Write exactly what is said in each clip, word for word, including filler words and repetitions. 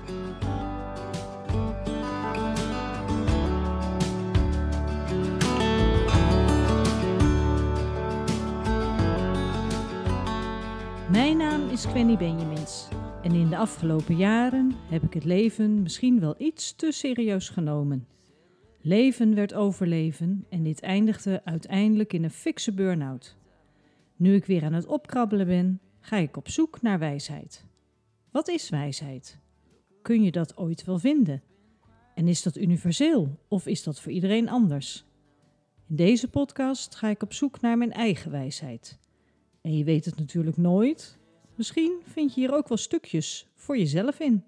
Mijn naam is Gwenny Benjamins en in de afgelopen jaren heb ik het leven misschien wel iets te serieus genomen. Leven werd overleven en dit eindigde uiteindelijk in een fikse burn-out. Nu ik weer aan het opkrabbelen ben, ga ik op zoek naar wijsheid. Wat is wijsheid? Kun je dat ooit wel vinden? En is dat universeel of is dat voor iedereen anders? In deze podcast ga ik op zoek naar mijn eigen wijsheid. En je weet het natuurlijk nooit. Misschien vind je hier ook wel stukjes voor jezelf in.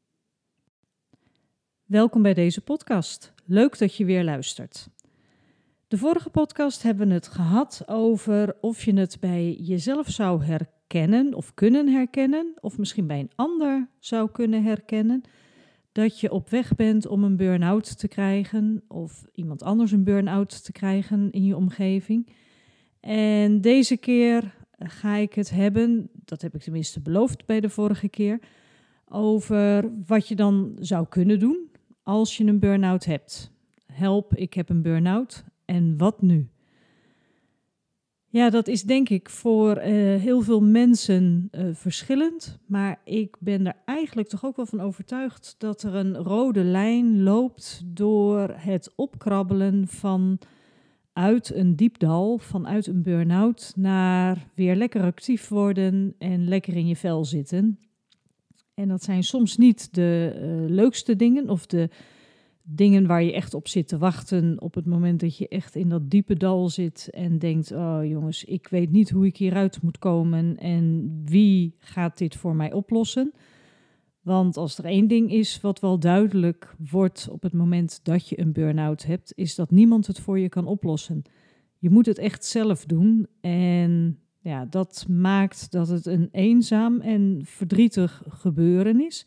Welkom bij deze podcast. Leuk dat je weer luistert. De vorige podcast hebben we het gehad over of je het bij jezelf zou herkennen of kunnen herkennen, of misschien bij een ander zou kunnen herkennen, dat je op weg bent om een burn-out te krijgen of iemand anders een burn-out te krijgen in je omgeving. En deze keer ga ik het hebben, dat heb ik tenminste beloofd bij de vorige keer, over wat je dan zou kunnen doen als je een burn-out hebt. Help, ik heb een burn-out en wat nu? Ja, dat is denk ik voor uh, heel veel mensen uh, verschillend, maar ik ben er eigenlijk toch ook wel van overtuigd dat er een rode lijn loopt door het opkrabbelen van uit een diep dal, vanuit een burn-out, naar weer lekker actief worden en lekker in je vel zitten. En dat zijn soms niet de uh, leukste dingen of de dingen waar je echt op zit te wachten op het moment dat je echt in dat diepe dal zit en denkt, oh jongens, ik weet niet hoe ik hieruit moet komen en wie gaat dit voor mij oplossen. Want als er één ding is wat wel duidelijk wordt op het moment dat je een burn-out hebt, is dat niemand het voor je kan oplossen. Je moet het echt zelf doen en ja, dat maakt dat het een eenzaam en verdrietig gebeuren is.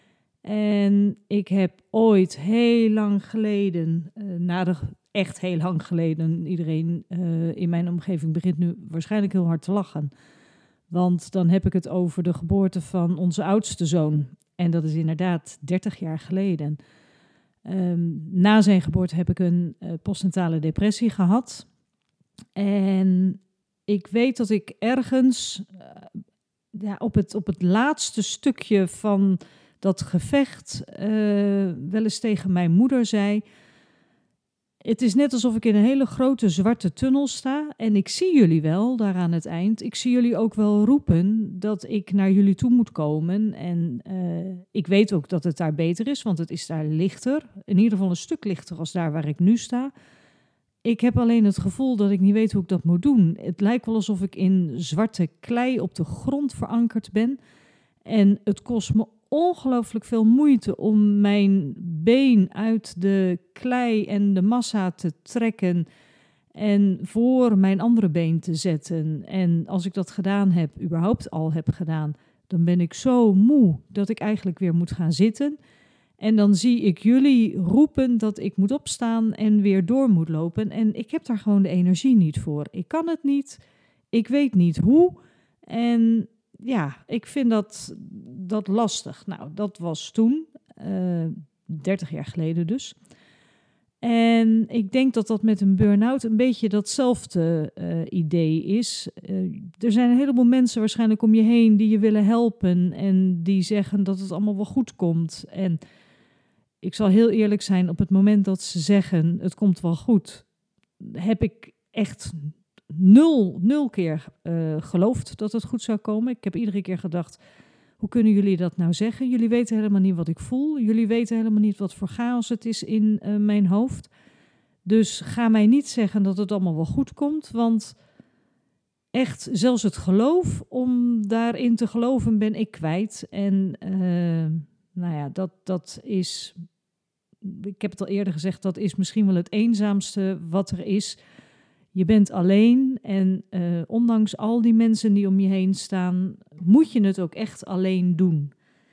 En ik heb ooit heel lang geleden, uh, na de, echt heel lang geleden, iedereen uh, in mijn omgeving begint nu waarschijnlijk heel hard te lachen. Want dan heb ik het over de geboorte van onze oudste zoon. En dat is inderdaad dertig jaar geleden. Um, na zijn geboorte heb ik een uh, postnatale depressie gehad. En ik weet dat ik ergens uh, ja, op, het, op het laatste stukje van dat gevecht uh, wel eens tegen mijn moeder zei: het is net alsof ik in een hele grote zwarte tunnel sta en ik zie jullie wel daar aan het eind. Ik zie jullie ook wel roepen dat ik naar jullie toe moet komen. En uh, ik weet ook dat het daar beter is, want het is daar lichter. In ieder geval een stuk lichter als daar waar ik nu sta. Ik heb alleen het gevoel dat ik niet weet hoe ik dat moet doen. Het lijkt wel alsof ik in zwarte klei op de grond verankerd ben. En het kost me ongelooflijk veel moeite om mijn been uit de klei en de massa te trekken en voor mijn andere been te zetten. En als ik dat gedaan heb, überhaupt al heb gedaan, dan ben ik zo moe dat ik eigenlijk weer moet gaan zitten. En dan zie ik jullie roepen dat ik moet opstaan en weer door moet lopen. En ik heb daar gewoon de energie niet voor. Ik kan het niet. Ik weet niet hoe. En ja, ik vind dat, dat lastig. Nou, dat was toen, uh, dertig jaar geleden dus. En ik denk dat dat met een burn-out een beetje datzelfde uh, idee is. Uh, er zijn een heleboel mensen waarschijnlijk om je heen die je willen helpen en die zeggen dat het allemaal wel goed komt. En ik zal heel eerlijk zijn, op het moment dat ze zeggen het komt wel goed, heb ik echt nul, nul keer uh, geloofd dat het goed zou komen. Ik heb iedere keer gedacht, hoe kunnen jullie dat nou zeggen? Jullie weten helemaal niet wat ik voel. Jullie weten helemaal niet wat voor chaos het is in uh, mijn hoofd. Dus ga mij niet zeggen dat het allemaal wel goed komt. Want echt, zelfs het geloof om daarin te geloven ben ik kwijt. En uh, nou ja, dat, dat is, ik heb het al eerder gezegd, dat is misschien wel het eenzaamste wat er is. Je bent alleen en uh, ondanks al die mensen die om je heen staan, moet je het ook echt alleen doen.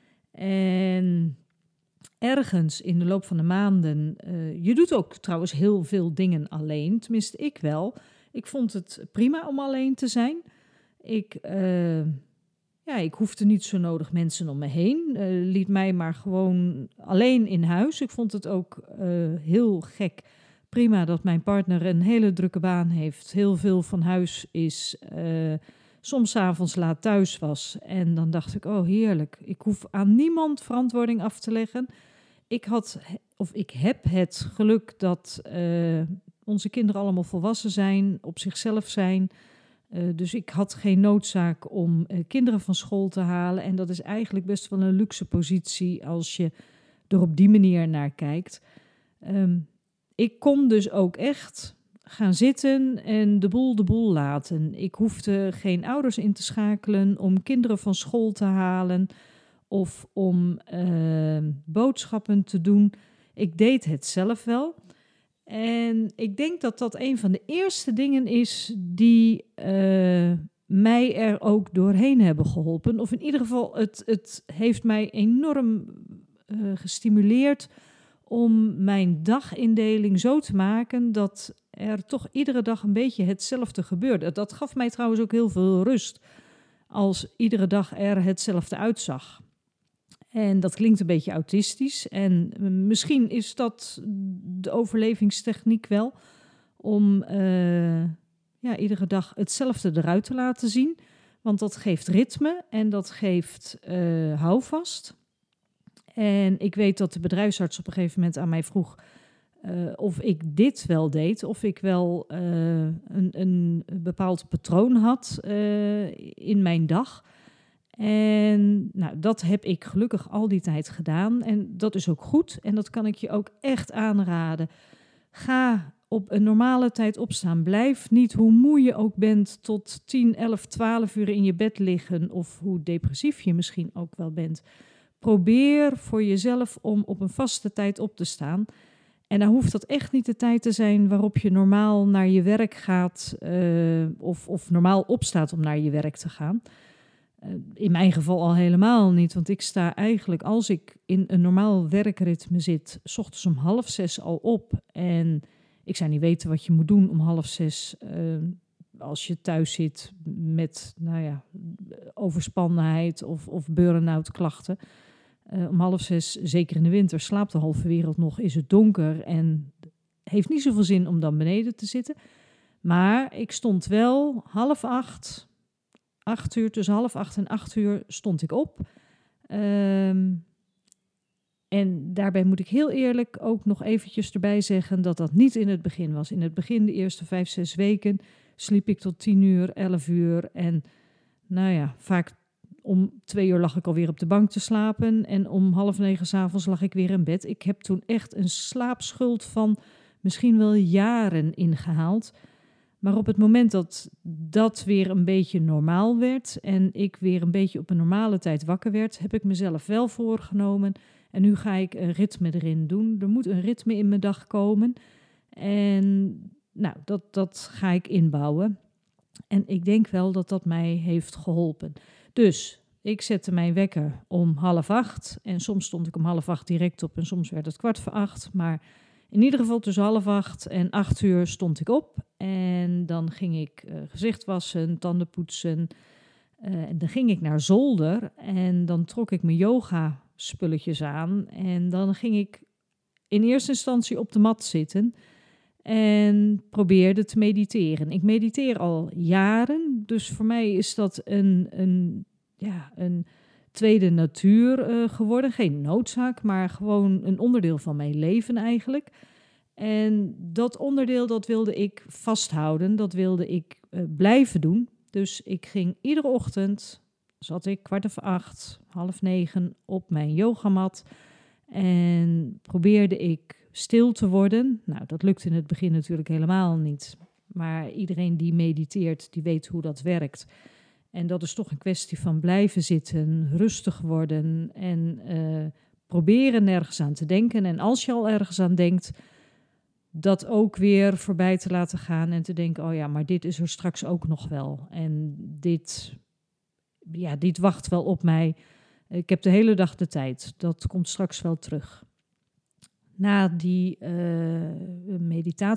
En ergens in de loop van de maanden, uh, je doet ook trouwens heel veel dingen alleen, tenminste ik wel. Ik vond het prima om alleen te zijn. Ik uh, ja, ik hoefde niet zo nodig mensen om me heen. Uh, liet mij maar gewoon alleen in huis. Ik vond het ook uh, heel gek. Prima dat mijn partner een hele drukke baan heeft. Heel veel van huis is. Uh, soms 's avonds laat thuis was. En dan dacht ik, oh heerlijk. Ik hoef aan niemand verantwoording af te leggen. Ik had, of ik heb het geluk dat uh, onze kinderen allemaal volwassen zijn. Op zichzelf zijn. Uh, dus ik had geen noodzaak om uh, kinderen van school te halen. En dat is eigenlijk best wel een luxe positie als je er op die manier naar kijkt. Um, ik kon dus ook echt gaan zitten en de boel de boel laten. Ik hoefde geen ouders in te schakelen om kinderen van school te halen of om uh, boodschappen te doen. Ik deed het zelf wel. En ik denk dat dat een van de eerste dingen is die uh, mij er ook doorheen hebben geholpen. Of in ieder geval, het, het heeft mij enorm uh, gestimuleerd om mijn dagindeling zo te maken dat er toch iedere dag een beetje hetzelfde gebeurde. Dat gaf mij trouwens ook heel veel rust als iedere dag er hetzelfde uitzag. En dat klinkt een beetje autistisch. En misschien is dat de overlevingstechniek wel. Om uh, ja, iedere dag hetzelfde eruit te laten zien. Want dat geeft ritme en dat geeft uh, houvast. En ik weet dat de bedrijfsarts op een gegeven moment aan mij vroeg uh, of ik dit wel deed. Of ik wel uh, een, een bepaald patroon had uh, in mijn dag. En nou, dat heb ik gelukkig al die tijd gedaan. En dat is ook goed. En dat kan ik je ook echt aanraden. Ga op een normale tijd opstaan. Blijf niet, hoe moe je ook bent, tot tien, elf, twaalf uur in je bed liggen. Of hoe depressief je misschien ook wel bent. Probeer voor jezelf om op een vaste tijd op te staan. En dan hoeft dat echt niet de tijd te zijn waarop je normaal naar je werk gaat. Uh, of, of normaal opstaat om naar je werk te gaan. In mijn geval al helemaal niet, want ik sta eigenlijk als ik in een normaal werkritme zit, 's ochtends om half zes al op. En ik zou niet weten wat je moet doen om half zes uh, als je thuis zit met, nou ja, overspannenheid of, of burn-out klachten. Uh, om half zes, zeker in de winter, slaapt de halve wereld nog, is het donker en heeft niet zoveel zin om dan beneden te zitten. Maar ik stond wel half acht... Acht uur, tussen half acht en acht uur stond ik op. Um, en daarbij moet ik heel eerlijk ook nog eventjes erbij zeggen dat dat niet in het begin was. In het begin, de eerste vijf, zes weken, sliep ik tot tien uur, elf uur. En nou ja, vaak om twee uur lag ik alweer op de bank te slapen. En om half negen 's avonds lag ik weer in bed. Ik heb toen echt een slaapschuld van misschien wel jaren ingehaald. Maar op het moment dat dat weer een beetje normaal werd en ik weer een beetje op een normale tijd wakker werd, heb ik mezelf wel voorgenomen. En nu ga ik een ritme erin doen. Er moet een ritme in mijn dag komen. En nou, dat, dat ga ik inbouwen. En ik denk wel dat dat mij heeft geholpen. Dus ik zette mijn wekker om half acht. En soms stond ik om half acht direct op en soms werd het kwart voor acht. Maar in ieder geval tussen half acht en acht uur stond ik op. En dan ging ik uh, gezicht wassen, tanden poetsen. Uh, en dan ging ik naar zolder en dan trok ik mijn yoga spulletjes aan. En dan ging ik in eerste instantie op de mat zitten en probeerde te mediteren. Ik mediteer al jaren, dus voor mij is dat een, een, ja, een tweede natuur uh, geworden. Geen noodzaak, maar gewoon een onderdeel van mijn leven eigenlijk. En dat onderdeel, dat wilde ik vasthouden, dat wilde ik uh, blijven doen. Dus ik ging iedere ochtend, zat ik kwart over acht, half negen op mijn yogamat en probeerde ik stil te worden. Nou, dat lukt in het begin natuurlijk helemaal niet. Maar iedereen die mediteert, die weet hoe dat werkt. En dat is toch een kwestie van blijven zitten, rustig worden en uh, proberen nergens aan te denken. En als je al ergens aan denkt, dat ook weer voorbij te laten gaan en te denken, oh ja, maar dit is er straks ook nog wel. En dit, ja, dit wacht wel op mij. Ik heb de hele dag de tijd. Dat komt straks wel terug. Na die uh,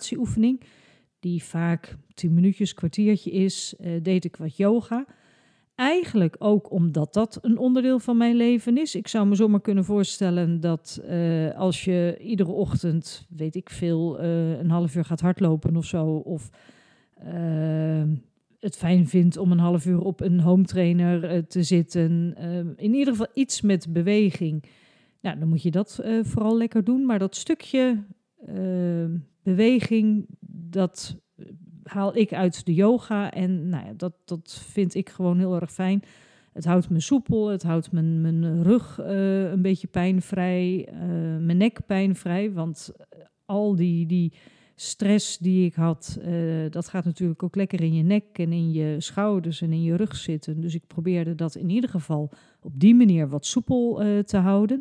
meditatieoefening, die vaak tien minuutjes, kwartiertje is, uh, deed ik wat yoga. eigenlijk ook omdat dat een onderdeel van mijn leven is. Ik zou me zomaar kunnen voorstellen dat uh, als je iedere ochtend, weet ik veel, uh, een half uur gaat hardlopen of zo, of uh, het fijn vindt om een half uur op een home trainer uh, te zitten. Uh, in ieder geval iets met beweging. Nou, dan moet je dat uh, vooral lekker doen. Maar dat stukje uh, beweging, dat haal ik uit de yoga. En nou ja, dat, dat vind ik gewoon heel erg fijn. Het houdt me soepel, het houdt mijn, mijn rug uh, een beetje pijnvrij, uh, mijn nek pijnvrij. Want al die, die stress die ik had, uh, dat gaat natuurlijk ook lekker in je nek en in je schouders en in je rug zitten. Dus ik probeerde dat in ieder geval op die manier wat soepel uh, te houden.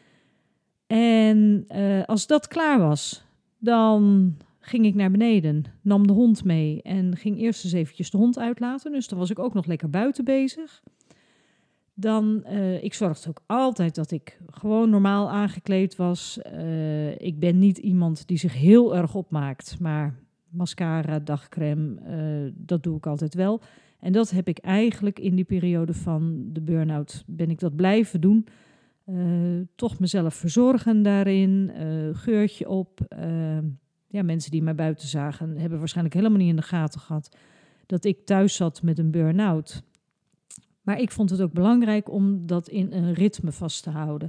En uh, als dat klaar was, dan ging ik naar beneden, nam de hond mee en ging eerst eens eventjes de hond uitlaten. Dus dan was ik ook nog lekker buiten bezig. Dan, uh, ik zorgde ook altijd dat ik gewoon normaal aangekleed was. Uh, ik ben niet iemand die zich heel erg opmaakt, maar mascara, dagcreme, uh, dat doe ik altijd wel. En dat heb ik eigenlijk in die periode van de burn-out, ben ik dat blijven doen. Uh, toch mezelf verzorgen daarin, uh, geurtje op. Uh, ja, mensen die mij buiten zagen, hebben waarschijnlijk helemaal niet in de gaten gehad dat ik thuis zat met een burn-out. Maar ik vond het ook belangrijk om dat in een ritme vast te houden.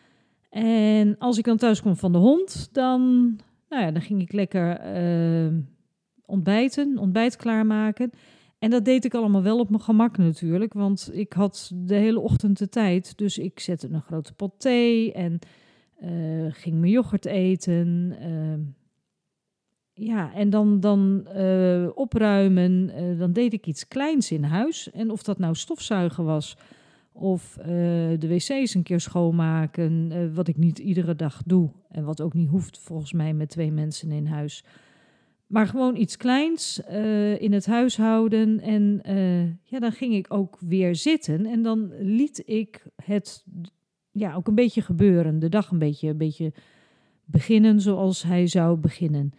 En als ik dan thuis kwam van de hond, dan, nou ja, dan ging ik lekker uh, ontbijten, ontbijt klaarmaken. En dat deed ik allemaal wel op mijn gemak natuurlijk, want ik had de hele ochtend de tijd. Dus ik zette een grote pot thee en uh, ging mijn yoghurt eten. Uh, ja, en dan, dan uh, opruimen, uh, dan deed ik iets kleins in huis. En of dat nou stofzuigen was of uh, de wc's een keer schoonmaken, uh, wat ik niet iedere dag doe. En wat ook niet hoeft volgens mij met twee mensen in huis. Maar gewoon iets kleins uh, in het huishouden. En uh, ja, dan ging ik ook weer zitten. En dan liet ik het ja, ook een beetje gebeuren. De dag een beetje, een beetje beginnen zoals hij zou beginnen.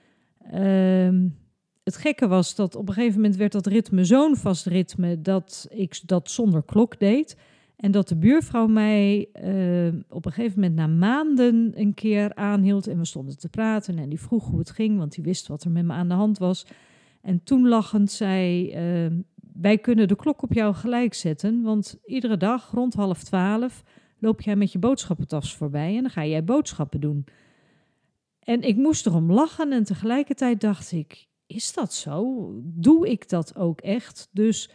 Uh, het gekke was dat op een gegeven moment werd dat ritme zo'n vast ritme dat ik dat zonder klok deed. En dat de buurvrouw mij uh, op een gegeven moment na maanden een keer aanhield. En we stonden te praten en die vroeg hoe het ging, want die wist wat er met me aan de hand was. En toen lachend zei, uh, wij kunnen de klok op jou gelijk zetten. Want iedere dag rond half twaalf loop jij met je boodschappentas voorbij en dan ga jij boodschappen doen. En ik moest erom lachen en tegelijkertijd dacht ik, is dat zo? Doe ik dat ook echt? Dus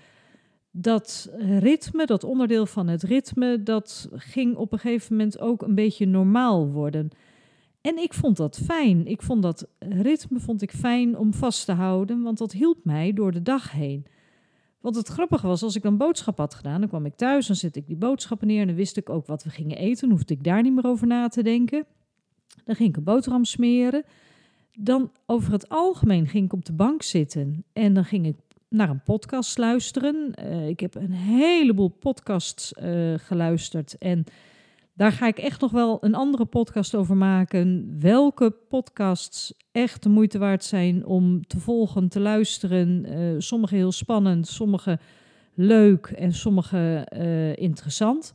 dat ritme, dat onderdeel van het ritme, dat ging op een gegeven moment ook een beetje normaal worden. En ik vond dat fijn. Ik vond dat ritme vond ik fijn om vast te houden, want dat hielp mij door de dag heen. Want het grappige was, als ik dan boodschap had gedaan, dan kwam ik thuis, dan zette ik die boodschappen neer en dan wist ik ook wat we gingen eten, hoefde ik daar niet meer over na te denken. Dan ging ik een boterham smeren. Dan over het algemeen ging ik op de bank zitten en dan ging ik naar een podcast luisteren. Uh, ik heb een heleboel podcasts uh, geluisterd en daar ga ik echt nog wel een andere podcast over maken. Welke podcasts echt de moeite waard zijn om te volgen, te luisteren. Uh, sommige heel spannend, sommige leuk en sommige uh, interessant.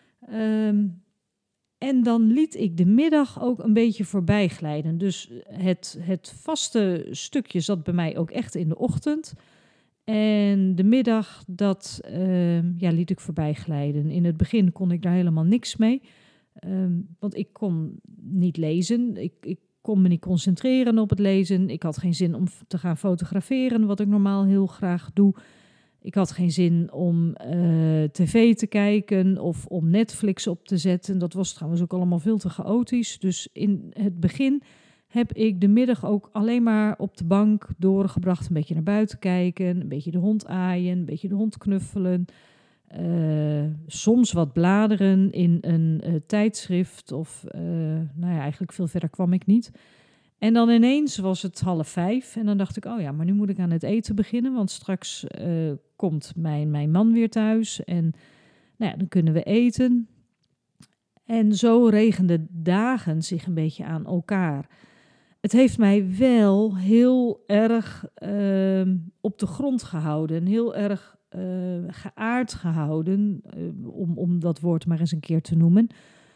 Um, En dan liet ik de middag ook een beetje voorbij glijden. Dus het, het vaste stukje zat bij mij ook echt in de ochtend. En de middag, dat uh, ja, liet ik voorbij glijden. In het begin kon ik daar helemaal niks mee. Um, want ik kon niet lezen. Ik, ik kon me niet concentreren op het lezen. Ik had geen zin om te gaan fotograferen, wat ik normaal heel graag doe. Ik had geen zin om uh, tv te kijken of om Netflix op te zetten. Dat was trouwens ook allemaal veel te chaotisch. Dus in het begin heb ik de middag ook alleen maar op de bank doorgebracht. Een beetje naar buiten kijken, een beetje de hond aaien, een beetje de hond knuffelen. Uh, soms wat bladeren in een uh, tijdschrift of uh, nou ja, eigenlijk veel verder kwam ik niet. En dan ineens was het half vijf en dan dacht ik, oh ja, maar nu moet ik aan het eten beginnen, want straks uh, komt mijn, mijn man weer thuis en nou ja, dan kunnen we eten. En zo regenden dagen zich een beetje aan elkaar. Het heeft mij wel heel erg uh, op de grond gehouden, heel erg uh, geaard gehouden, uh, om, om dat woord maar eens een keer te noemen,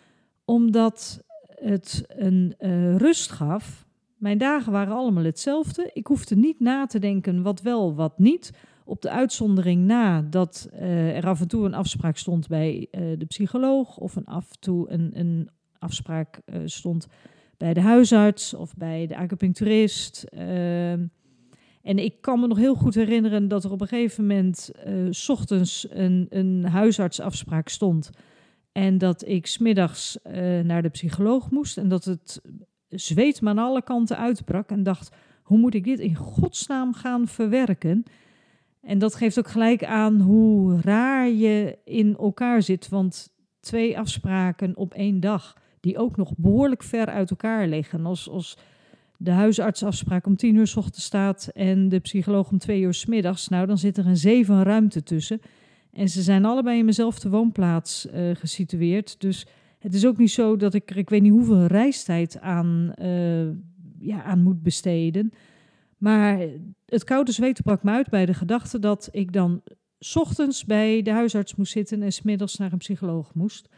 omdat het een uh, rust gaf. Mijn dagen waren allemaal hetzelfde. Ik hoefde niet na te denken wat wel, wat niet. Op de uitzondering na dat uh, er af en toe een afspraak stond bij uh, de psycholoog of een af en toe een, een afspraak uh, stond bij de huisarts of bij de acupuncturist. Uh, en ik kan me nog heel goed herinneren dat er op een gegeven moment uh, 's ochtends een, een huisartsafspraak stond. En dat ik 's middags uh, naar de psycholoog moest en dat het zweet me aan alle kanten uitbrak. En dacht, hoe moet ik dit in godsnaam gaan verwerken? En dat geeft ook gelijk aan hoe raar je in elkaar zit. Want twee afspraken op één dag, die ook nog behoorlijk ver uit elkaar liggen. Als, als de huisartsafspraak om tien uur 's ochtends staat en de psycholoog om twee uur 's middags, nou dan zit er een zeven ruimte tussen. En ze zijn allebei in mijnzelfde woonplaats uh, gesitueerd. Dus het is ook niet zo dat ik er, ik weet niet hoeveel reistijd aan, uh, ja, aan moet besteden. Maar het koude zweet brak me uit bij de gedachte dat ik dan 's ochtends bij de huisarts moest zitten en 's middags naar een psycholoog moest.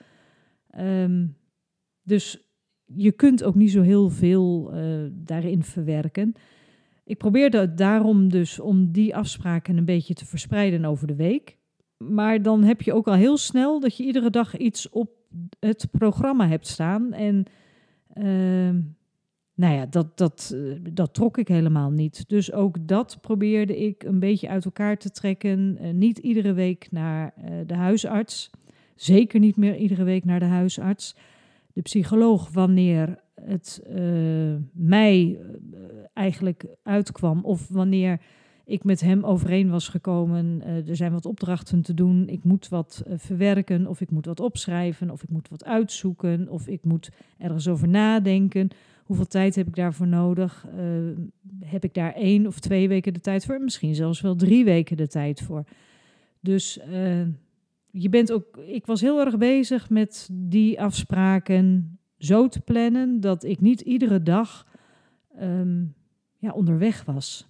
Um, dus je kunt ook niet zo heel veel uh, daarin verwerken. Ik probeerde daarom dus om die afspraken een beetje te verspreiden over de week. Maar dan heb je ook al heel snel dat je iedere dag iets op het programma hebt staan. En uh, nou ja, dat, dat, uh, dat trok ik helemaal niet. Dus ook dat probeerde ik een beetje uit elkaar te trekken. Uh, niet iedere week naar uh, de huisarts. Zeker niet meer iedere week naar de huisarts. De psycholoog, wanneer het uh, mij uh, eigenlijk uitkwam of wanneer ik met hem overeen was gekomen, uh, er zijn wat opdrachten te doen, ik moet wat uh, verwerken of ik moet wat opschrijven of ik moet wat uitzoeken of ik moet ergens over nadenken. Hoeveel tijd heb ik daarvoor nodig? Uh, heb ik daar één of twee weken de tijd voor? Misschien zelfs wel drie weken de tijd voor. Dus uh, je bent ook, ik was heel erg bezig met die afspraken zo te plannen dat ik niet iedere dag um, ja, onderweg was.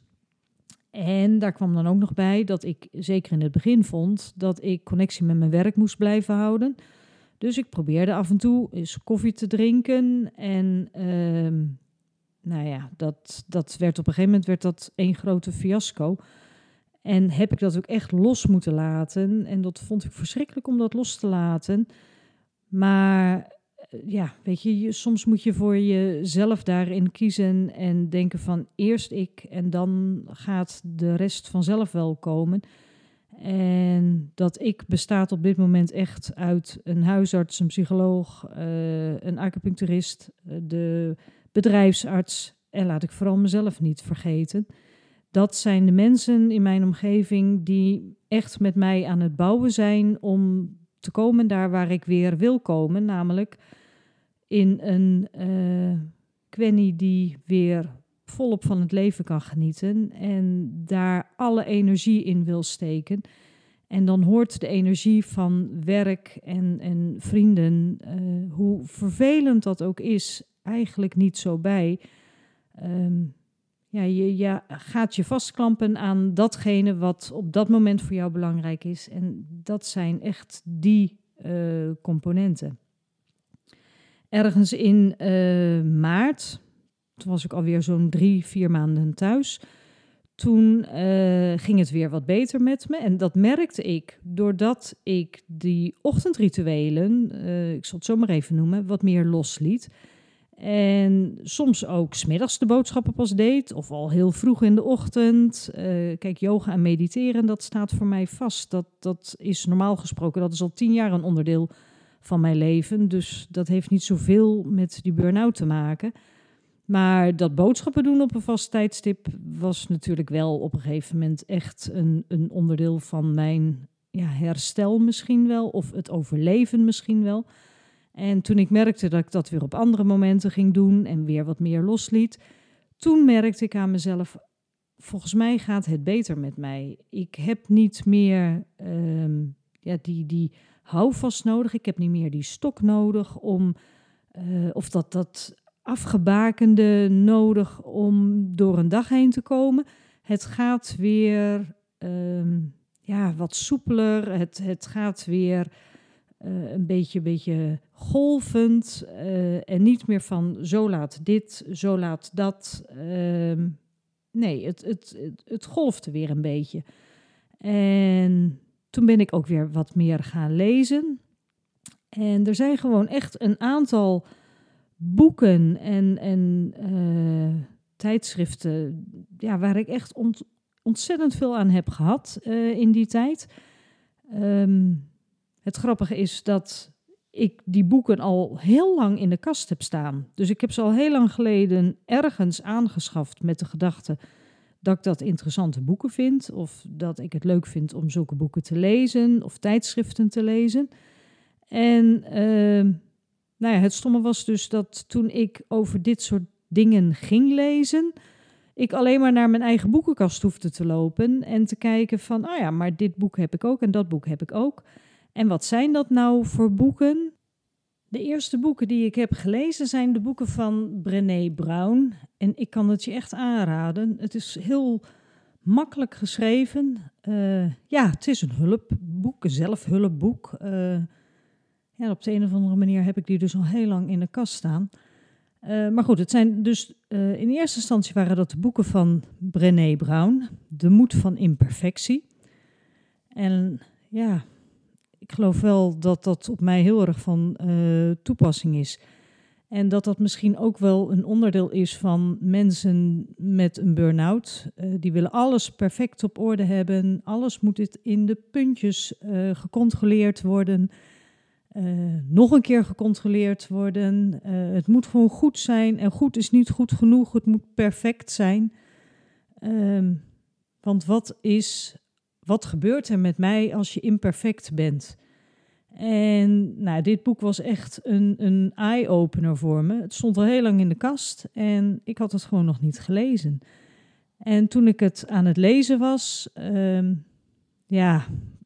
En daar kwam dan ook nog bij dat ik zeker in het begin vond dat ik connectie met mijn werk moest blijven houden. Dus ik probeerde af en toe eens koffie te drinken. En uh, nou ja, dat, dat werd op een gegeven moment werd dat één grote fiasco. En heb ik dat ook echt los moeten laten. En dat vond ik verschrikkelijk om dat los te laten. Maar ja, weet je, je, soms moet je voor jezelf daarin kiezen en denken van eerst ik en dan gaat de rest vanzelf wel komen. En dat ik bestaat op dit moment echt uit een huisarts, een psycholoog, uh, een acupuncturist, de bedrijfsarts en laat ik vooral mezelf niet vergeten. Dat zijn de mensen in mijn omgeving die echt met mij aan het bouwen zijn om te komen daar waar ik weer wil komen, namelijk in een uh, kwennie die weer volop van het leven kan genieten en daar alle energie in wil steken. En dan hoort de energie van werk en, en vrienden, uh, hoe vervelend dat ook is, eigenlijk niet zo bij. Um, ja, je, je gaat je vastklampen aan datgene wat op dat moment voor jou belangrijk is. En dat zijn echt die uh, componenten. Ergens in uh, maart, toen was ik alweer zo'n drie, vier maanden thuis. Toen uh, ging het weer wat beter met me. En dat merkte ik doordat ik die ochtendrituelen, uh, ik zal het zo maar even noemen, wat meer losliet. En soms ook 's middags de boodschappen pas deed of al heel vroeg in de ochtend. Uh, kijk, yoga en mediteren, dat staat voor mij vast. Dat, dat is normaal gesproken, dat is al tien jaar een onderdeel van mijn leven. Dus dat heeft niet zoveel met die burn-out te maken. Maar dat boodschappen doen op een vast tijdstip was natuurlijk wel op een gegeven moment echt een, een onderdeel van mijn ja, herstel misschien wel. Of het overleven misschien wel. En toen ik merkte dat ik dat weer op andere momenten ging doen en weer wat meer losliet, toen merkte ik aan mezelf, volgens mij gaat het beter met mij. Ik heb niet meer um, ja, die, die houvast nodig, ik heb niet meer die stok nodig om, uh, of dat, dat afgebakende nodig om door een dag heen te komen. Het gaat weer, um, ja, wat soepeler. Het, het gaat weer uh, een beetje, beetje golvend. Uh, en niet meer van zo laat dit, zo laat dat. Uh, nee, het, het, het, het golfde weer een beetje. En toen ben ik ook weer wat meer gaan lezen. En er zijn gewoon echt een aantal boeken en, en uh, tijdschriften ja, waar ik echt ont, ontzettend veel aan heb gehad uh, in die tijd. Um, het grappige is dat ik die boeken al heel lang in de kast heb staan. Dus ik heb ze al heel lang geleden ergens aangeschaft met de gedachte dat ik dat interessante boeken vind, of dat ik het leuk vind om zulke boeken te lezen of tijdschriften te lezen. En uh, nou ja, het stomme was dus dat toen ik over dit soort dingen ging lezen, ik alleen maar naar mijn eigen boekenkast hoefde te lopen en te kijken van, oh ja, maar dit boek heb ik ook en dat boek heb ik ook. En wat zijn dat nou voor boeken? De eerste boeken die ik heb gelezen zijn de boeken van Brené Brown. En ik kan het je echt aanraden. Het is heel makkelijk geschreven. Uh, ja, het is een hulpboek, een zelfhulpboek. Uh, ja, op de een of andere manier heb ik die dus al heel lang in de kast staan. Uh, maar goed, het zijn dus uh, in eerste instantie waren dat de boeken van Brené Brown. De moed van imperfectie. En ja, ik geloof wel dat dat op mij heel erg van uh, toepassing is. En dat dat misschien ook wel een onderdeel is van mensen met een burn-out. Uh, die willen alles perfect op orde hebben. Alles moet dit in de puntjes uh, gecontroleerd worden. Uh, nog een keer gecontroleerd worden. Uh, het moet gewoon goed zijn. En goed is niet goed genoeg. Het moet perfect zijn. Uh, want wat is... Wat gebeurt er met mij als je imperfect bent? En nou, dit boek was echt een, een eye-opener voor me. Het stond al heel lang in de kast en ik had het gewoon nog niet gelezen. En toen ik het aan het lezen was, uh, ja,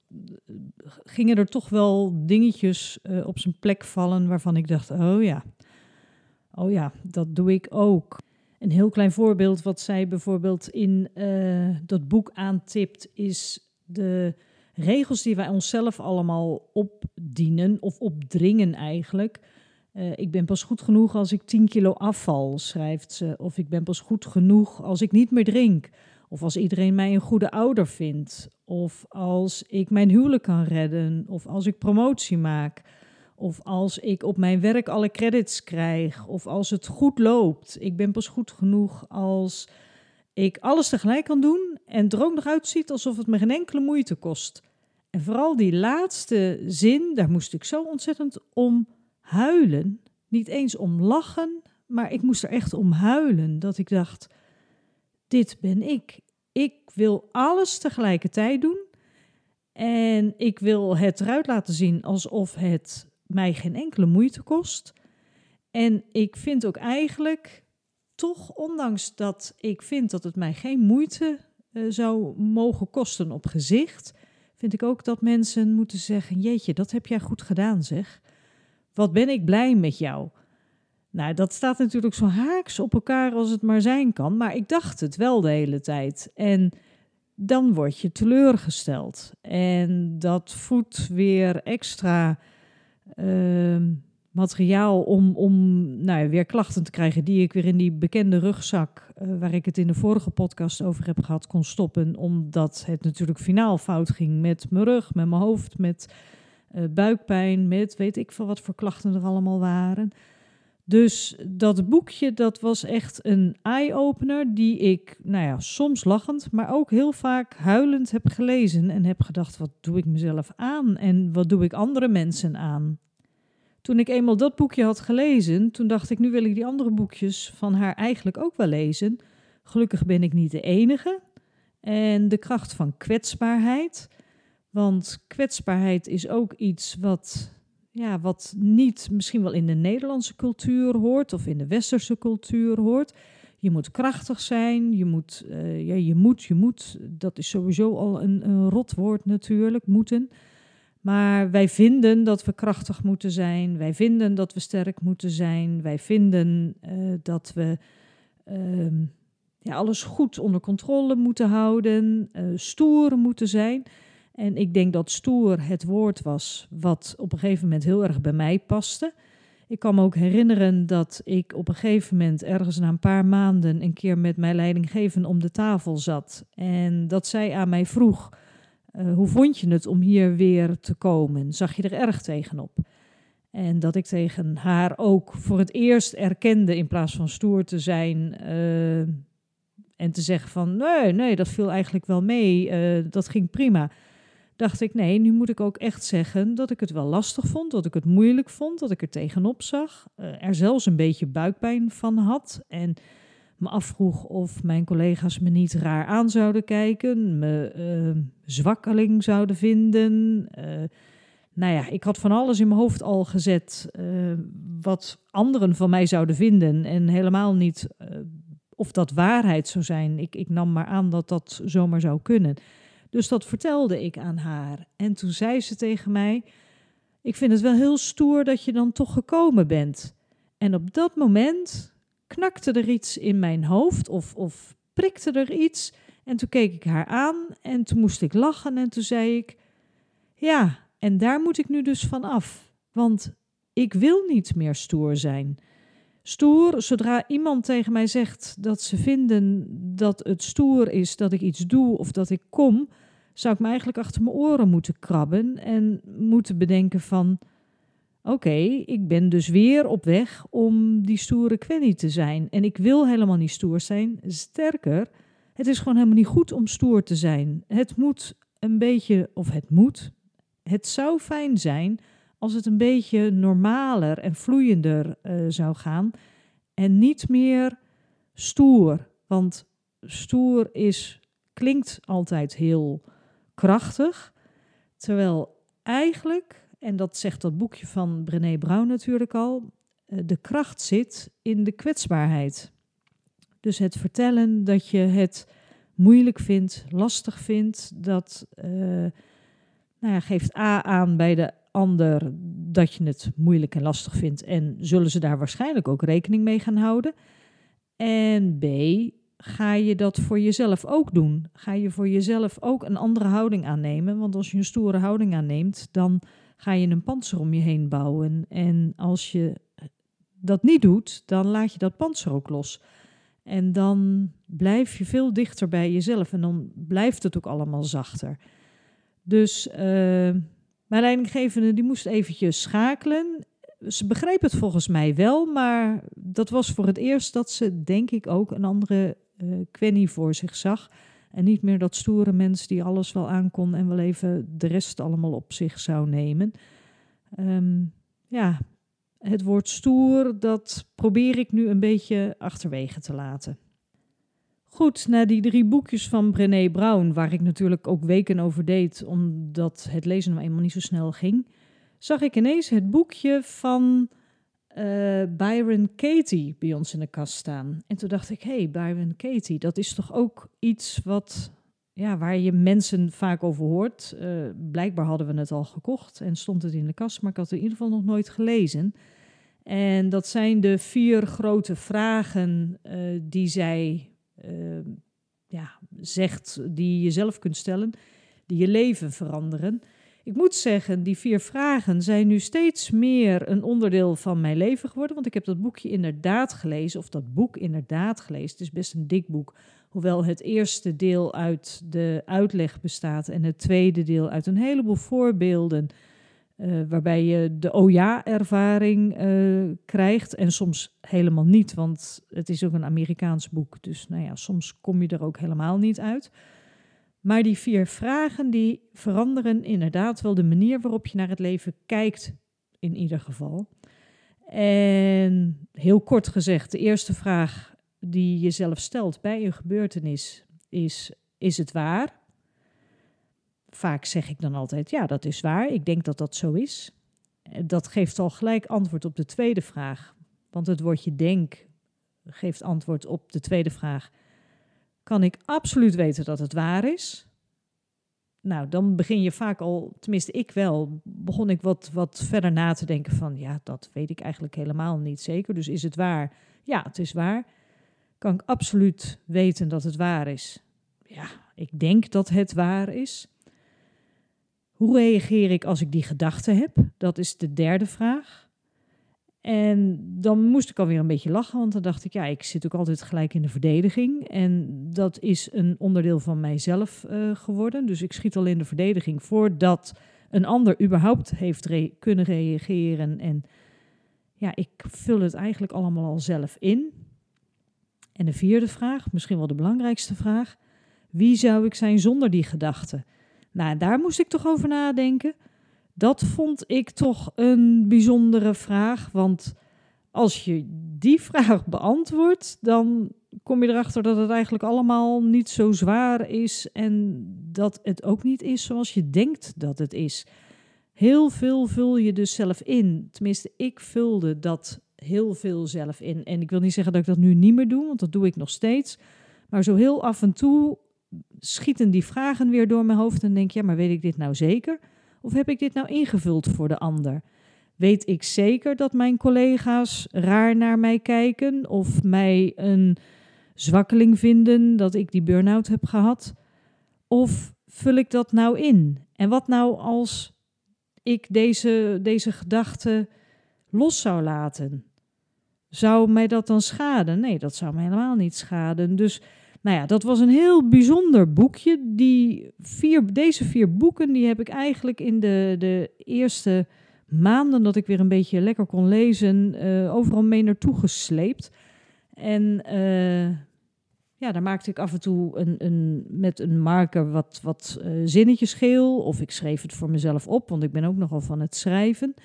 gingen er toch wel dingetjes uh, op zijn plek vallen waarvan ik dacht, oh ja, oh ja, dat doe ik ook. Een heel klein voorbeeld wat zij bijvoorbeeld in uh, dat boek aantipt is de regels die wij onszelf allemaal opdienen of opdringen eigenlijk. Uh, ik ben pas goed genoeg als ik tien kilo afval, schrijft ze. Of ik ben pas goed genoeg als ik niet meer drink. Of als iedereen mij een goede ouder vindt. Of als ik mijn huwelijk kan redden. Of als ik promotie maak. Of als ik op mijn werk alle credits krijg. Of als het goed loopt. Ik ben pas goed genoeg als ik alles tegelijk kan doen en er ook nog uitziet alsof het me geen enkele moeite kost. En vooral die laatste zin, daar moest ik zo ontzettend om huilen. Niet eens om lachen, maar ik moest er echt om huilen. Dat ik dacht, dit ben ik. Ik wil alles tegelijkertijd doen. En ik wil het eruit laten zien alsof het mij geen enkele moeite kost. En ik vind ook eigenlijk... Toch, ondanks dat ik vind dat het mij geen moeite uh, zou mogen kosten op gezicht, vind ik ook dat mensen moeten zeggen, jeetje, dat heb jij goed gedaan zeg. Wat ben ik blij met jou. Nou, dat staat natuurlijk zo haaks op elkaar als het maar zijn kan, maar ik dacht het wel de hele tijd. En dan word je teleurgesteld. En dat voedt weer extra... Uh, materiaal om, om nou ja, weer klachten te krijgen die ik weer in die bekende rugzak, uh, waar ik het in de vorige podcast over heb gehad, kon stoppen. Omdat het natuurlijk finaal fout ging met mijn rug, met mijn hoofd, met uh, buikpijn, met weet ik veel wat voor klachten er allemaal waren. Dus dat boekje, dat was echt een eye-opener die ik, nou ja, soms lachend, maar ook heel vaak huilend heb gelezen en heb gedacht, wat doe ik mezelf aan en wat doe ik andere mensen aan? Toen ik eenmaal dat boekje had gelezen, toen dacht ik, nu wil ik die andere boekjes van haar eigenlijk ook wel lezen. Gelukkig ben ik niet de enige. En de kracht van kwetsbaarheid. Want kwetsbaarheid is ook iets wat, ja, wat niet misschien wel in de Nederlandse cultuur hoort of in de westerse cultuur hoort. Je moet krachtig zijn, je moet, uh, ja, je moet, je moet. Dat is sowieso al een, een rot woord natuurlijk, moeten. Maar wij vinden dat we krachtig moeten zijn. Wij vinden dat we sterk moeten zijn. Wij vinden uh, dat we uh, ja, alles goed onder controle moeten houden. Uh, stoer moeten zijn. En ik denk dat stoer het woord was wat op een gegeven moment heel erg bij mij paste. Ik kan me ook herinneren dat ik op een gegeven moment ergens na een paar maanden een keer met mijn leidinggevende om de tafel zat. En dat zij aan mij vroeg, uh, hoe vond je het om hier weer te komen? Zag je er erg tegenop? En dat ik tegen haar ook voor het eerst erkende in plaats van stoer te zijn uh, en te zeggen van nee, nee, dat viel eigenlijk wel mee, uh, dat ging prima. Dacht ik, nee, nu moet ik ook echt zeggen dat ik het wel lastig vond, dat ik het moeilijk vond, dat ik er tegenop zag. Uh, er zelfs een beetje buikpijn van had en me afvroeg of mijn collega's me niet raar aan zouden kijken, me uh, zwakkeling zouden vinden. Uh, nou ja, ik had van alles in mijn hoofd al gezet uh, wat anderen van mij zouden vinden en helemaal niet uh, of dat waarheid zou zijn. Ik, ik nam maar aan dat dat zomaar zou kunnen. Dus dat vertelde ik aan haar. En toen zei ze tegen mij, ik vind het wel heel stoer dat je dan toch gekomen bent. En op dat moment knakte er iets in mijn hoofd of, of prikte er iets. En toen keek ik haar aan en toen moest ik lachen en toen zei ik, ja, en daar moet ik nu dus van af. Want ik wil niet meer stoer zijn. Stoer, zodra iemand tegen mij zegt dat ze vinden dat het stoer is dat ik iets doe of dat ik kom, zou ik me eigenlijk achter mijn oren moeten krabben en moeten bedenken van, oké, okay, ik ben dus weer op weg om die stoere Quenny te zijn. En ik wil helemaal niet stoer zijn. Sterker, het is gewoon helemaal niet goed om stoer te zijn. Het moet een beetje, of het moet, het zou fijn zijn als het een beetje normaler en vloeiender uh, zou gaan en niet meer stoer. Want stoer is, klinkt altijd heel krachtig, terwijl eigenlijk, en dat zegt dat boekje van Brené Brown natuurlijk al, uh, de kracht zit in de kwetsbaarheid. Dus het vertellen dat je het moeilijk vindt, lastig vindt, dat uh, nou ja, geeft A aan bij de ander dat je het moeilijk en lastig vindt en zullen ze daar waarschijnlijk ook rekening mee gaan houden. En B, ga je dat voor jezelf ook doen? Ga je voor jezelf ook een andere houding aannemen? Want als je een stoere houding aanneemt, dan ga je een pantser om je heen bouwen. En als je dat niet doet, dan laat je dat pantser ook los. En dan blijf je veel dichter bij jezelf en dan blijft het ook allemaal zachter. Dus uh, mijn leidinggevende die moest eventjes schakelen. Ze begreep het volgens mij wel, maar dat was voor het eerst dat ze, denk ik, ook een andere uh, Quenny voor zich zag. En niet meer dat stoere mens die alles wel aankon en wel even de rest allemaal op zich zou nemen. Um, ja, het woord stoer, dat probeer ik nu een beetje achterwege te laten. Goed, na die drie boekjes van Brené Brown, waar ik natuurlijk ook weken over deed, omdat het lezen nou eenmaal niet zo snel ging, zag ik ineens het boekje van uh, Byron Katie bij ons in de kast staan. En toen dacht ik, hé, hey, Byron Katie, dat is toch ook iets wat, ja, waar je mensen vaak over hoort. Uh, blijkbaar hadden we het al gekocht en stond het in de kast, maar ik had het in ieder geval nog nooit gelezen. En dat zijn de vier grote vragen uh, die zij uh, ja, zegt, die je zelf kunt stellen, die je leven veranderen. Ik moet zeggen, die vier vragen zijn nu steeds meer een onderdeel van mijn leven geworden, want ik heb dat boekje inderdaad gelezen, of dat boek inderdaad gelezen. Het is best een dik boek, hoewel het eerste deel uit de uitleg bestaat en het tweede deel uit een heleboel voorbeelden, Uh, waarbij je de oh ja-ervaring uh, krijgt en soms helemaal niet, want het is ook een Amerikaans boek, dus nou ja, soms kom je er ook helemaal niet uit. Maar die vier vragen die veranderen inderdaad wel de manier waarop je naar het leven kijkt, in ieder geval. En heel kort gezegd, de eerste vraag die je zelf stelt bij een gebeurtenis is, is het waar? Vaak zeg ik dan altijd, ja, dat is waar. Ik denk dat dat zo is. Dat geeft al gelijk antwoord op de tweede vraag. Want het woordje denk geeft antwoord op de tweede vraag. Kan ik absoluut weten dat het waar is? Nou, dan begin je vaak al, tenminste ik wel, begon ik wat, wat verder na te denken van, ja, dat weet ik eigenlijk helemaal niet zeker. Dus is het waar? Ja, het is waar. Kan ik absoluut weten dat het waar is? Ja, ik denk dat het waar is. Hoe reageer ik als ik die gedachte heb? Dat is de derde vraag. En dan moest ik alweer een beetje lachen, want dan dacht ik, ja, ik zit ook altijd gelijk in de verdediging. En dat is een onderdeel van mijzelf uh, geworden. Dus ik schiet al in de verdediging voordat een ander überhaupt heeft re- kunnen reageren. En ja, ik vul het eigenlijk allemaal al zelf in. En de vierde vraag, misschien wel de belangrijkste vraag. Wie zou ik zijn zonder die gedachten? Nou, daar moest ik toch over nadenken. Dat vond ik toch een bijzondere vraag, want als je die vraag beantwoordt, dan kom je erachter dat het eigenlijk allemaal niet zo zwaar is en dat het ook niet is zoals je denkt dat het is. Heel veel vul je dus zelf in. Tenminste, ik vulde dat heel veel zelf in. En ik wil niet zeggen dat ik dat nu niet meer doe, want dat doe ik nog steeds. Maar zo heel af en toe schieten die vragen weer door mijn hoofd en denk ik, ja, maar weet ik dit nou zeker? Of heb ik dit nou ingevuld voor de ander? Weet ik zeker dat mijn collega's raar naar mij kijken of mij een zwakkeling vinden dat ik die burn-out heb gehad? Of vul ik dat nou in? En wat nou als ik deze, deze gedachte los zou laten? Zou mij dat dan schaden? Nee, dat zou mij helemaal niet schaden. Dus nou ja, dat was een heel bijzonder boekje. Die vier, deze vier boeken die heb ik eigenlijk in de, de eerste maanden dat ik weer een beetje lekker kon lezen, uh, overal mee naartoe gesleept. En uh, ja, daar maakte ik af en toe een, een, met een marker wat, wat uh, zinnetjes geel. Of ik schreef het voor mezelf op, want ik ben ook nogal van het schrijven.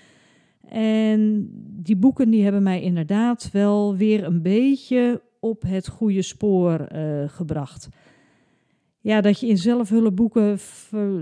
En die boeken die hebben mij inderdaad wel weer een beetje op het goede spoor uh, gebracht. Ja, dat je in zelfhulpboeken ver,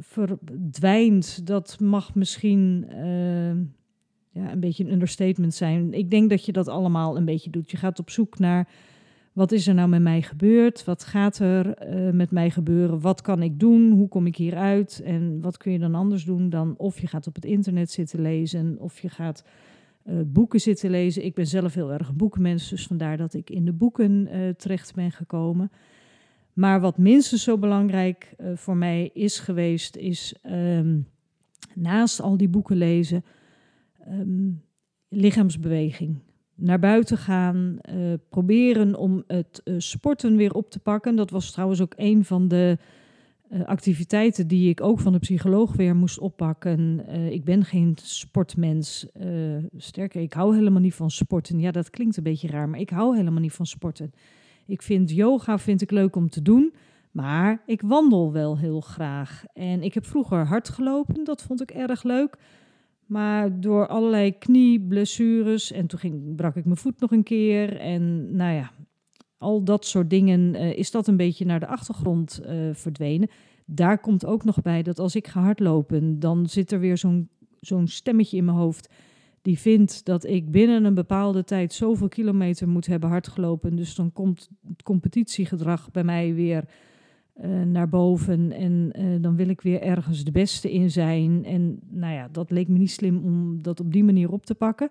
verdwijnt, dat mag misschien uh, ja, een beetje een understatement zijn. Ik denk dat je dat allemaal een beetje doet. Je gaat op zoek naar, wat is er nou met mij gebeurd? Wat gaat er uh, met mij gebeuren? Wat kan ik doen? Hoe kom ik hieruit? En wat kun je dan anders doen dan of je gaat op het internet zitten lezen of je gaat uh, boeken zitten lezen. Ik ben zelf heel erg een boekenmens, dus vandaar dat ik in de boeken uh, terecht ben gekomen. Maar wat minstens zo belangrijk uh, voor mij is geweest, is um, naast al die boeken lezen, um, lichaamsbeweging. Naar buiten gaan, uh, proberen om het uh, sporten weer op te pakken. Dat was trouwens ook een van de uh, activiteiten die ik ook van de psycholoog weer moest oppakken. Uh, ik ben geen sportmens. Uh, sterker, ik hou helemaal niet van sporten. Ja, dat klinkt een beetje raar, maar ik hou helemaal niet van sporten. Ik vind yoga vind ik leuk om te doen, maar ik wandel wel heel graag. En ik heb vroeger hard gelopen, dat vond ik erg leuk. Maar door allerlei knieblessures en toen ging, brak ik mijn voet nog een keer. En nou ja, al dat soort dingen uh, is dat een beetje naar de achtergrond uh, verdwenen. Daar komt ook nog bij dat als ik ga hardlopen, dan zit er weer zo'n, zo'n stemmetje in mijn hoofd die vindt dat ik binnen een bepaalde tijd zoveel kilometer moet hebben hardgelopen. Dus dan komt het competitiegedrag bij mij weer uh, naar boven. En uh, dan wil ik weer ergens de beste in zijn. En nou ja, dat leek me niet slim om dat op die manier op te pakken.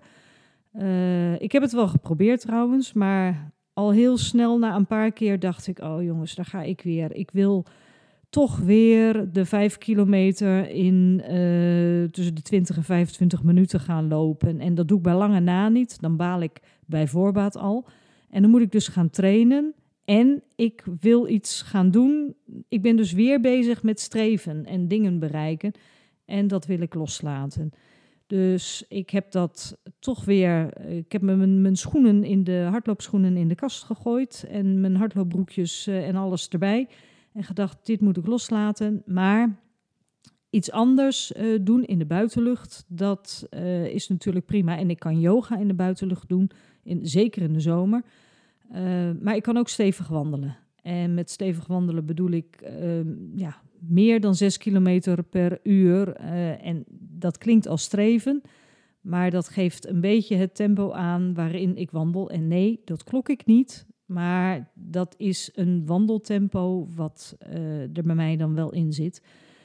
Uh, ik heb het wel geprobeerd trouwens, maar al heel snel na een paar keer dacht ik, oh jongens, daar ga ik weer. Ik wil toch weer de vijf kilometer in uh, tussen de twintig en vijfentwintig minuten gaan lopen. En dat doe ik bij lange na niet. Dan baal ik bij voorbaat al. En dan moet ik dus gaan trainen. En ik wil iets gaan doen. Ik ben dus weer bezig met streven en dingen bereiken. En dat wil ik loslaten. Dus ik heb dat toch weer... Ik heb mijn, mijn schoenen in de hardloopschoenen in de kast gegooid. En mijn hardloopbroekjes uh, en alles erbij. En gedacht, dit moet ik loslaten. Maar iets anders uh, doen in de buitenlucht, dat uh, is natuurlijk prima. En ik kan yoga in de buitenlucht doen, in, zeker in de zomer. Uh, maar ik kan ook stevig wandelen. En met stevig wandelen bedoel ik uh, ja, meer dan zes kilometer per uur. Uh, en dat klinkt als streven, maar dat geeft een beetje het tempo aan waarin ik wandel. En nee, dat klok ik niet. Maar dat is een wandeltempo wat uh, er bij mij dan wel in zit.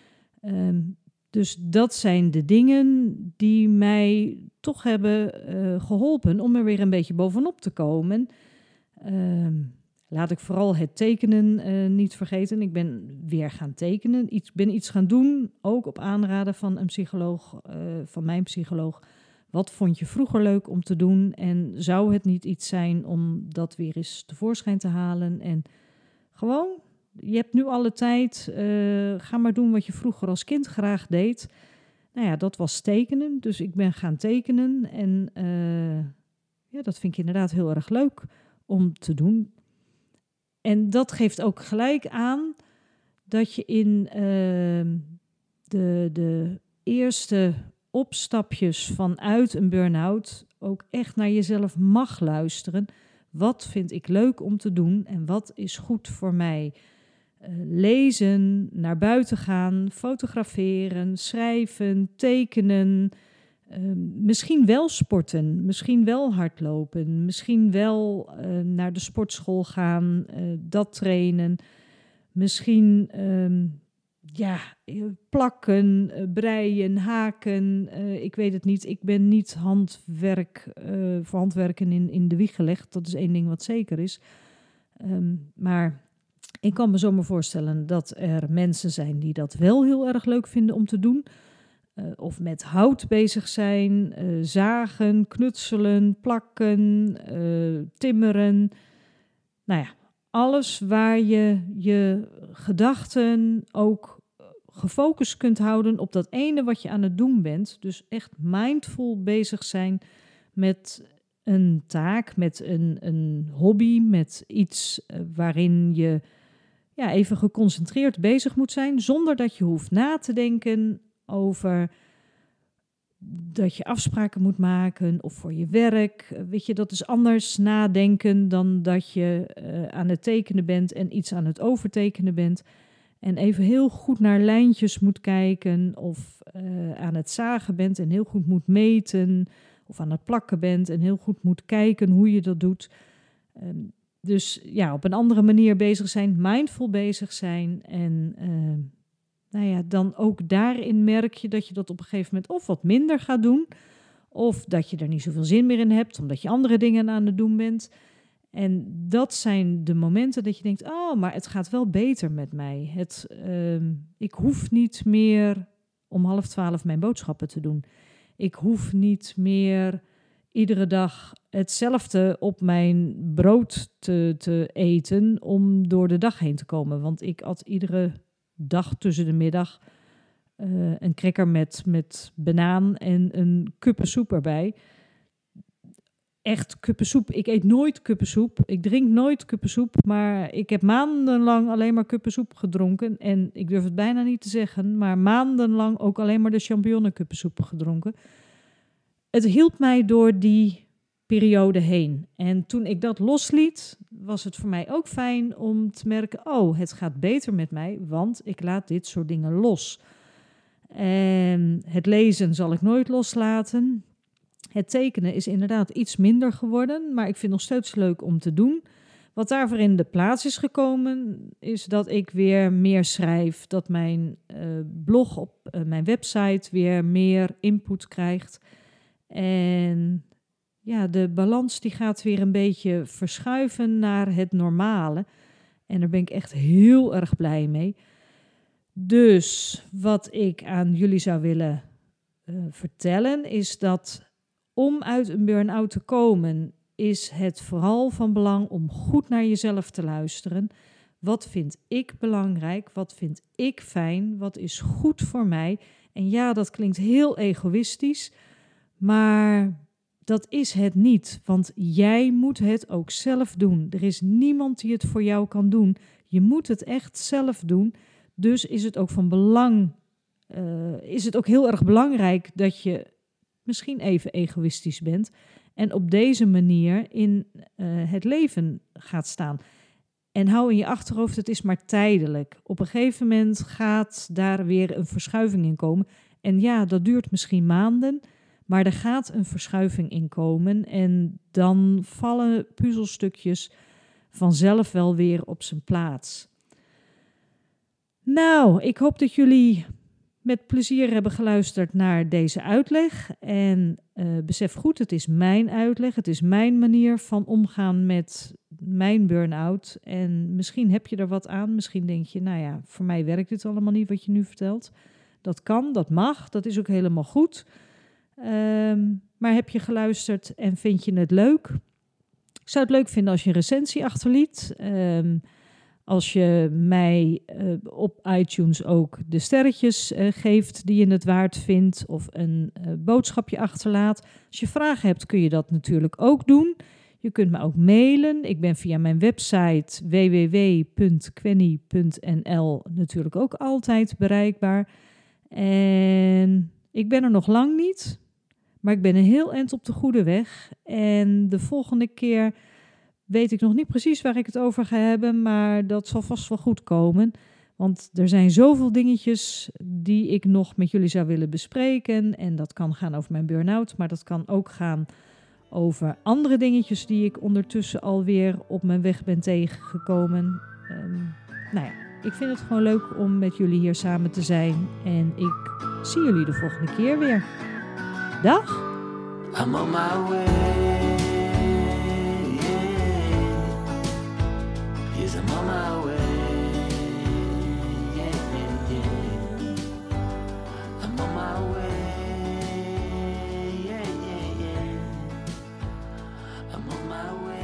Um, dus dat zijn de dingen die mij toch hebben uh, geholpen om er weer een beetje bovenop te komen. Um, Laat ik vooral het tekenen uh, niet vergeten. Ik ben weer gaan tekenen. Ik ben iets gaan doen, ook op aanraden van een psycholoog, uh, van mijn psycholoog. Wat vond je vroeger leuk om te doen? En zou het niet iets zijn om dat weer eens tevoorschijn te halen? En gewoon, je hebt nu alle tijd. Uh, ga maar doen wat je vroeger als kind graag deed. Nou ja, dat was tekenen. Dus ik ben gaan tekenen. En uh, ja, dat vind ik inderdaad heel erg leuk om te doen. En dat geeft ook gelijk aan dat je in uh, de, de eerste opstapjes vanuit een burn-out ook echt naar jezelf mag luisteren. Wat vind ik leuk om te doen en wat is goed voor mij? Uh, lezen, naar buiten gaan, fotograferen, schrijven, tekenen. Uh, misschien wel sporten, misschien wel hardlopen, misschien wel uh, naar de sportschool gaan, uh, dat trainen. Misschien uh, ja, plakken, uh, breien, haken, uh, ik weet het niet. Ik ben niet handwerk, uh, voor handwerken in, in de wieg gelegd. Dat is één ding wat zeker is. Um, maar ik kan me zomaar voorstellen dat er mensen zijn die dat wel heel erg leuk vinden om te doen. Uh, of met hout bezig zijn, uh, zagen, knutselen, plakken, uh, timmeren. Nou ja, alles waar je je gedachten ook gefocust kunt houden op dat ene wat je aan het doen bent. Dus echt mindful bezig zijn met een taak, met een, een hobby, met iets uh, waarin je ja, even geconcentreerd bezig moet zijn, zonder dat je hoeft na te denken over dat je afspraken moet maken of voor je werk. Weet je, dat is anders nadenken dan dat je uh, aan het tekenen bent en iets aan het overtekenen bent. En even heel goed naar lijntjes moet kijken of uh, aan het zagen bent en heel goed moet meten. Of aan het plakken bent en heel goed moet kijken hoe je dat doet. Um, dus ja, op een andere manier bezig zijn, mindful bezig zijn en uh, nou ja, dan ook daarin merk je dat je dat op een gegeven moment of wat minder gaat doen, of dat je er niet zoveel zin meer in hebt, omdat je andere dingen aan het doen bent. En dat zijn de momenten dat je denkt, oh, maar het gaat wel beter met mij. Het, uh, ik hoef niet meer om half twaalf mijn boodschappen te doen. Ik hoef niet meer iedere dag hetzelfde op mijn brood te, te eten om door de dag heen te komen. Want ik at iedere dag tussen de middag uh, een cracker met, met banaan en een kuppensoep erbij. Echt kuppensoep. Ik eet nooit kuppensoep. Ik drink nooit kuppensoep. Maar ik heb maandenlang alleen maar kuppensoep gedronken. En ik durf het bijna niet te zeggen, maar maandenlang ook alleen maar de champignonnenkuppensoep gedronken. Het hielp mij door die periode heen. En toen ik dat losliet, was het voor mij ook fijn om te merken, oh, het gaat beter met mij, want ik laat dit soort dingen los. En het lezen zal ik nooit loslaten. Het tekenen is inderdaad iets minder geworden, maar ik vind het nog steeds leuk om te doen. Wat daarvoor in de plaats is gekomen, is dat ik weer meer schrijf, dat mijn uh, blog op uh, mijn website weer meer input krijgt. En ja, de balans die gaat weer een beetje verschuiven naar het normale. En daar ben ik echt heel erg blij mee. Dus wat ik aan jullie zou willen uh, vertellen is dat om uit een burn-out te komen, is het vooral van belang om goed naar jezelf te luisteren. Wat vind ik belangrijk? Wat vind ik fijn? Wat is goed voor mij? En ja, dat klinkt heel egoïstisch, maar dat is het niet. Want jij moet het ook zelf doen. Er is niemand die het voor jou kan doen. Je moet het echt zelf doen. Dus is het ook van belang, uh, is het ook heel erg belangrijk dat je misschien even egoïstisch bent en op deze manier in uh, het leven gaat staan. En hou in je achterhoofd, het is maar tijdelijk. Op een gegeven moment gaat daar weer een verschuiving in komen. En ja, dat duurt misschien maanden, maar er gaat een verschuiving in komen en dan vallen puzzelstukjes vanzelf wel weer op zijn plaats. Nou, ik hoop dat jullie met plezier hebben geluisterd naar deze uitleg. En uh, besef goed, het is mijn uitleg. Het is mijn manier van omgaan met mijn burn-out. En misschien heb je er wat aan. Misschien denk je, nou ja, voor mij werkt dit allemaal niet wat je nu vertelt. Dat kan, dat mag, dat is ook helemaal goed. Um, maar heb je geluisterd en vind je het leuk? Ik zou het leuk vinden als je een recensie achterliet. Um, als je mij uh, op iTunes ook de sterretjes uh, geeft die je het waard vindt. Of een uh, boodschapje achterlaat. Als je vragen hebt kun je dat natuurlijk ook doen. Je kunt me ook mailen. Ik ben via mijn website w w w punt quenny punt n l natuurlijk ook altijd bereikbaar. En ik ben er nog lang niet. Maar ik ben een heel eind op de goede weg. En de volgende keer weet ik nog niet precies waar ik het over ga hebben. Maar dat zal vast wel goed komen. Want er zijn zoveel dingetjes die ik nog met jullie zou willen bespreken. En dat kan gaan over mijn burn-out. Maar dat kan ook gaan over andere dingetjes die ik ondertussen alweer op mijn weg ben tegengekomen. Um, nou ja, ik vind het gewoon leuk om met jullie hier samen te zijn. En ik zie jullie de volgende keer weer. Dag! I'm on my way. Yes, I'm on my way. Yeah, yeah, yeah. I'm on my way. Yeah, yeah, yeah. I'm on my way.